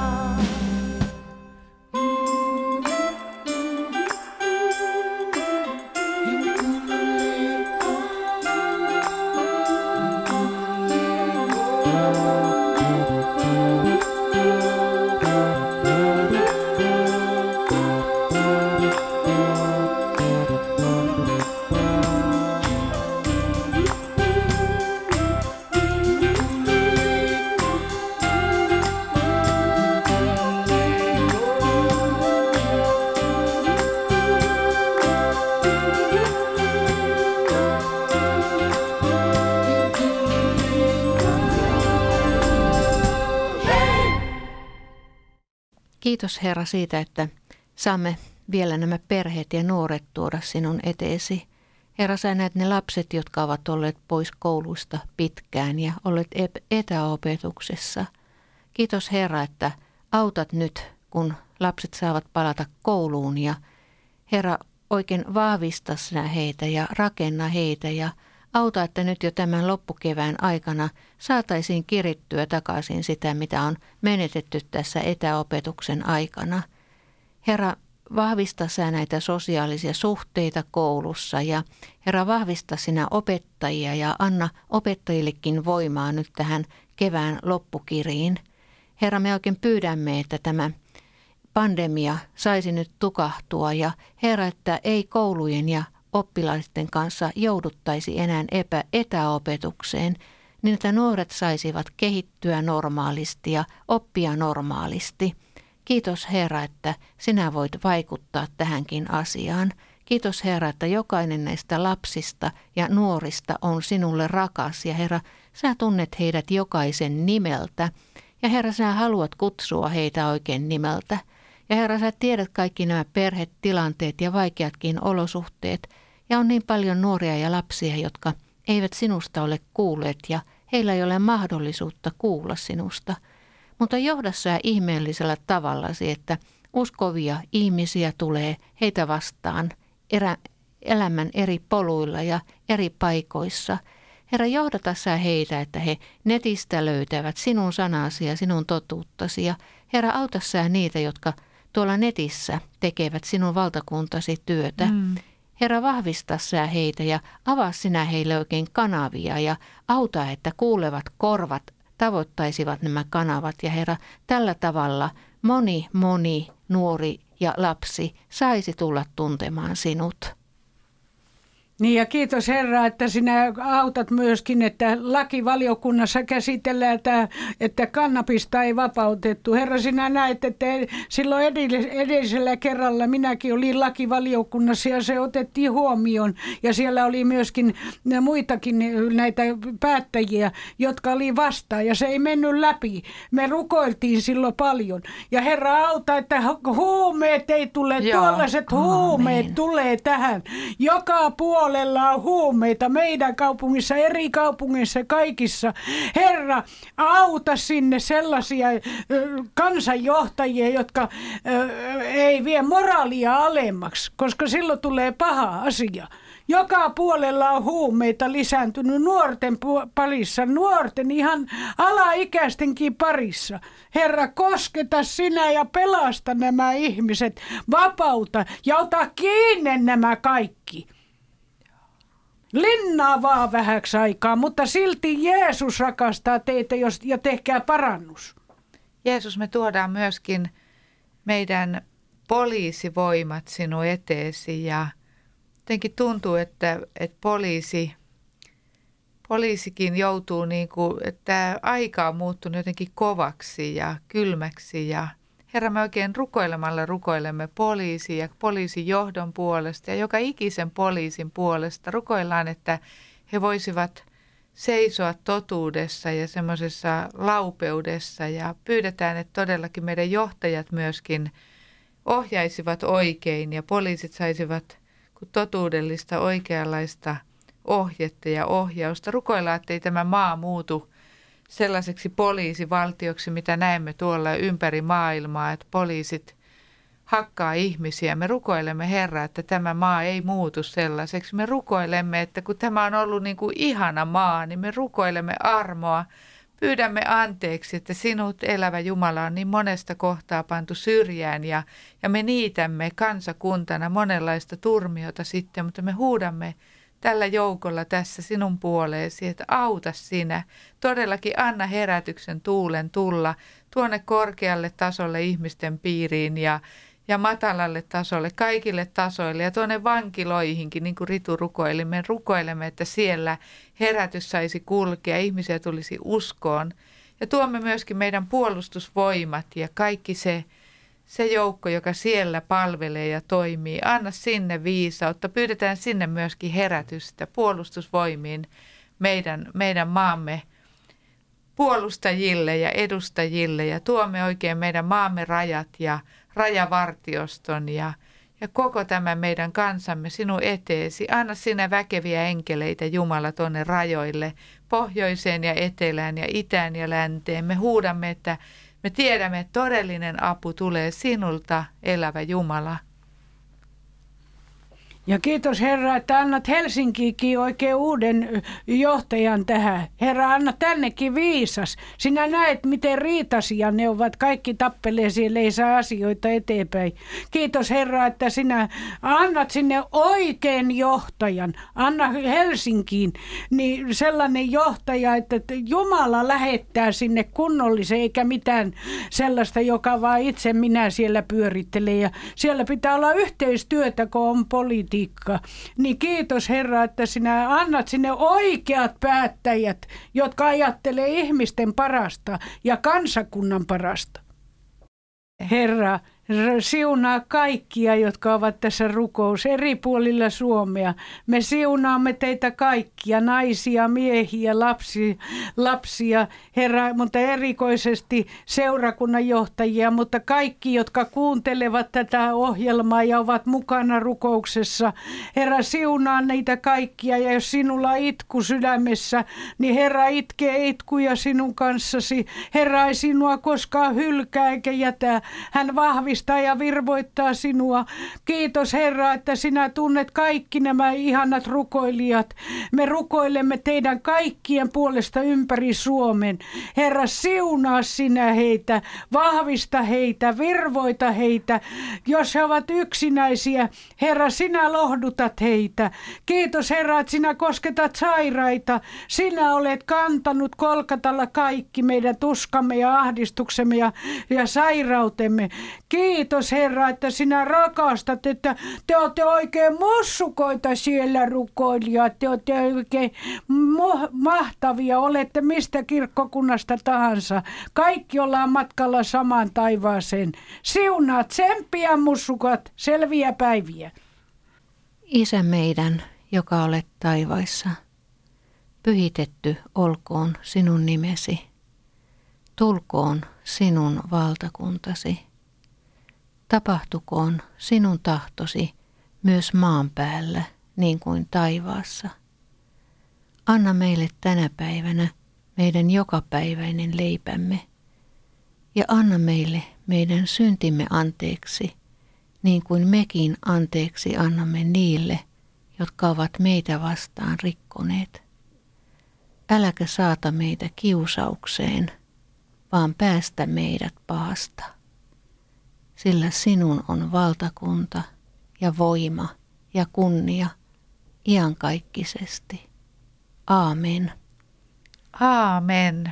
Kiitos Herra siitä, että saamme vielä nämä perheet ja nuoret tuoda sinun eteesi. Herra, sä näet ne lapset, jotka ovat olleet pois koulusta pitkään ja olleet etäopetuksessa. Kiitos Herra, että autat nyt, kun lapset saavat palata kouluun ja Herra, oikein vahvista sinä heitä ja rakenna heitä ja auta, että nyt jo tämän loppukevään aikana saataisiin kirittyä takaisin sitä, mitä on menetetty tässä etäopetuksen aikana. Herra, vahvista sinä näitä sosiaalisia suhteita koulussa ja Herra, vahvista sinä opettajia ja anna opettajillekin voimaa nyt tähän kevään loppukiriin. Herra, me oikein pyydämme, että tämä pandemia saisi nyt tukahtua ja Herra, että ei koulujen ja oppilaisten kanssa jouduttaisi enää etäopetukseen, niin että nuoret saisivat kehittyä normaalisti ja oppia normaalisti. Kiitos Herra, että sinä voit vaikuttaa tähänkin asiaan. Kiitos Herra, että jokainen näistä lapsista ja nuorista on sinulle rakas ja Herra, sä tunnet heidät jokaisen nimeltä ja Herra, sä haluat kutsua heitä oikein nimeltä. Ja Herra, sä tiedät kaikki nämä perhetilanteet ja vaikeatkin olosuhteet ja on niin paljon nuoria ja lapsia, jotka eivät sinusta ole kuulleet ja heillä ei ole mahdollisuutta kuulla sinusta. Mutta johda sä ihmeellisellä tavallasi, että uskovia ihmisiä tulee heitä vastaan elämän eri poluilla ja eri paikoissa. Herra, johdata sä heitä, että he netistä löytävät sinun sanasi ja sinun totuuttasi. Ja Herra, auta sä niitä, jotka tuolla netissä tekevät sinun valtakuntasi työtä. Herra, vahvista sä heitä ja avaa sinä heille oikein kanavia ja auta, että kuulevat korvat tavoittaisivat nämä kanavat. Ja Herra, tällä tavalla moni nuori ja lapsi saisi tulla tuntemaan sinut. Niin ja kiitos Herra, että sinä autat myöskin, että lakivaliokunnassa käsitellään, että kannabista ei vapautettu. Herra, sinä näet, että silloin edellisellä kerralla minäkin olin lakivaliokunnassa ja se otettiin huomioon. Ja siellä oli myöskin muitakin näitä päättäjiä, jotka oli vastaan ja se ei mennyt läpi. Me rukoiltiin silloin paljon. Ja Herra, auta, että huumeet ei tule, tuollaiset huumeet tulee tähän. Joka puolella on huumeita meidän kaupungissa, eri kaupungeissa, kaikissa. Herra, auta sinne sellaisia kansanjohtajia, jotka ei vie moraalia alemmaksi, koska silloin tulee paha asia. Joka puolella on huumeita lisääntynyt nuorten parissa, nuorten ihan alaikäistenkin parissa. Herra, kosketa sinä ja pelasta nämä ihmiset, vapauta ja ota kiinni nämä kaikki. Linnaa vaan vähäksi aikaa, mutta silti Jeesus rakastaa teitä ja tehkää parannus. Jeesus, me tuodaan myöskin meidän poliisivoimat sinun eteesi ja jotenkin tuntuu, että poliisikin joutuu, että aika on muuttunut jotenkin kovaksi ja kylmäksi ja Herra, me oikein rukoilemalla rukoilemme poliisi ja poliisijohdon puolesta ja joka ikisen poliisin puolesta. Rukoillaan, että he voisivat seisoa totuudessa ja semmoisessa laupeudessa ja pyydetään, että todellakin meidän johtajat myöskin ohjaisivat oikein ja poliisit saisivat totuudellista oikeanlaista ohjetta ja ohjausta. Rukoillaan, ettei tämä maa muutu sellaiseksi poliisivaltioksi, mitä näemme tuolla ympäri maailmaa, että poliisit hakkaa ihmisiä. Me rukoilemme, Herra, että tämä maa ei muutu sellaiseksi. Me rukoilemme, että kun tämä on ollut niin kuin ihana maa, niin me rukoilemme armoa. Pyydämme anteeksi, että sinut, elävä Jumala, on niin monesta kohtaa pantu syrjään ja me niitämme kansakuntana monenlaista turmiota sitten, mutta me huudamme tällä joukolla tässä sinun puoleesi, että auta sinä. Todellakin anna herätyksen tuulen tulla tuonne korkealle tasolle ihmisten piiriin ja matalalle tasolle, kaikille tasoille ja tuonne vankiloihinkin, niin kuin Ritu rukoili. Me rukoilemme, että siellä herätys saisi kulkea, ihmisiä tulisi uskoon. Ja tuomme myöskin meidän puolustusvoimat ja kaikki se joukko, joka siellä palvelee ja toimii. Anna sinne viisautta. Pyydetään sinne myöskin herätystä puolustusvoimiin meidän maamme puolustajille ja edustajille. Ja tuomme oikein meidän maamme rajat ja rajavartioston ja ja koko tämä meidän kansamme sinun eteesi. Anna sinä väkeviä enkeleitä, Jumala, tuonne rajoille, pohjoiseen ja etelään ja itään ja länteen. Me huudamme, että me tiedämme, että todellinen apu tulee sinulta, elävä Jumala. Ja kiitos Herra, että annat Helsinkiinkin oikein uuden johtajan tähän. Herra, anna tännekin viisas. Sinä näet, miten riitaisia ne ovat. Kaikki tappelee siellä, ei saa asioita eteenpäin. Kiitos Herra, että sinä annat sinne oikein johtajan. Anna Helsinkiin niin sellainen johtaja, että Jumala lähettää sinne kunnollisen, eikä mitään sellaista, joka vaan itse minä siellä pyörittelee. Ja siellä pitää olla yhteistyötä, kun on politiikka. Niin kiitos Herra, että sinä annat sinne oikeat päättäjät, jotka ajattelee ihmisten parasta ja kansakunnan parasta. Herra, siunaa kaikkia, jotka ovat tässä rukous eri puolilla Suomea. Me siunaamme teitä kaikkia, naisia, miehiä, lapsia, Herra, mutta erikoisesti seurakunnan johtajia, mutta kaikki, jotka kuuntelevat tätä ohjelmaa ja ovat mukana rukouksessa. Herra, siunaa niitä kaikkia, ja jos sinulla on itku sydämessä, niin Herra itkee itkuja sinun kanssasi. Herra ei sinua koskaan hylkää eikä jätä. Hän vahvistaa ja virvoittaa sinua. Kiitos Herra, että sinä tunnet kaikki nämä ihanat rukoilijat. Me rukoilemme teidän kaikkien puolesta ympäri Suomen. Herra, siunaa sinä heitä, vahvista heitä, virvoita heitä. Jos he ovat yksinäisiä, Herra, sinä lohdutat heitä. Kiitos Herra, että sinä kosketat sairaita. Sinä olet kantanut Kolkatalla kaikki meidän tuskamme ja ahdistuksemme ja sairautemme. Kiitos Herra, että sinä rakastat, että te olette oikein mussukoita siellä rukoilijat. Te olette oikein mahtavia, olette mistä kirkkokunnasta tahansa. Kaikki ollaan matkalla samaan taivaaseen. Siunaa, tsemppiä mussukat, selviä päiviä. Isä meidän, joka olet taivaissa, pyhitetty olkoon sinun nimesi. Tulkoon sinun valtakuntasi. Tapahtukoon sinun tahtosi myös maan päällä niin kuin taivaassa. Anna meille tänä päivänä meidän jokapäiväinen leipämme ja anna meille meidän syntimme anteeksi, niin kuin mekin anteeksi annamme niille, jotka ovat meitä vastaan rikkoneet. Äläkä saata meitä kiusaukseen, vaan päästä meidät pahasta. Sillä sinun on valtakunta ja voima ja kunnia iankaikkisesti. Aamen. Aamen.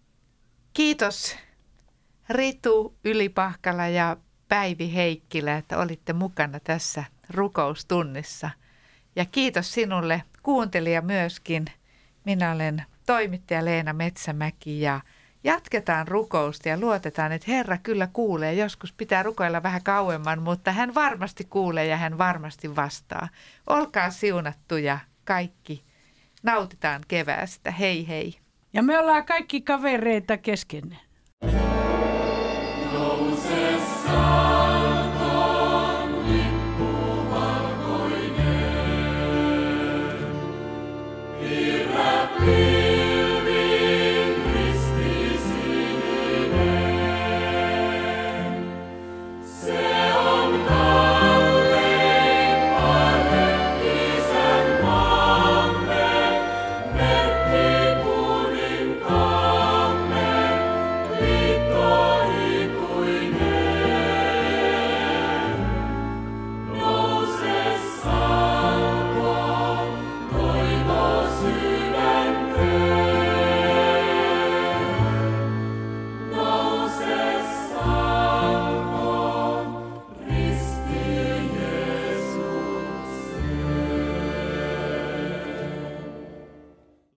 Kiitos Ritu Ylipahkala ja Päivi Heikkilä, että olitte mukana tässä rukoustunnissa. Ja kiitos sinulle kuuntelija myöskin. Minä olen toimittaja Leena Metsämäki ja jatketaan rukousta ja luotetaan, että Herra kyllä kuulee. Joskus pitää rukoilla vähän kauemman, mutta hän varmasti kuulee ja hän varmasti vastaa. Olkaa siunattuja kaikki. Nautitaan keväästä. Hei hei. Ja me ollaan kaikki kavereita kesken. Nouse saa.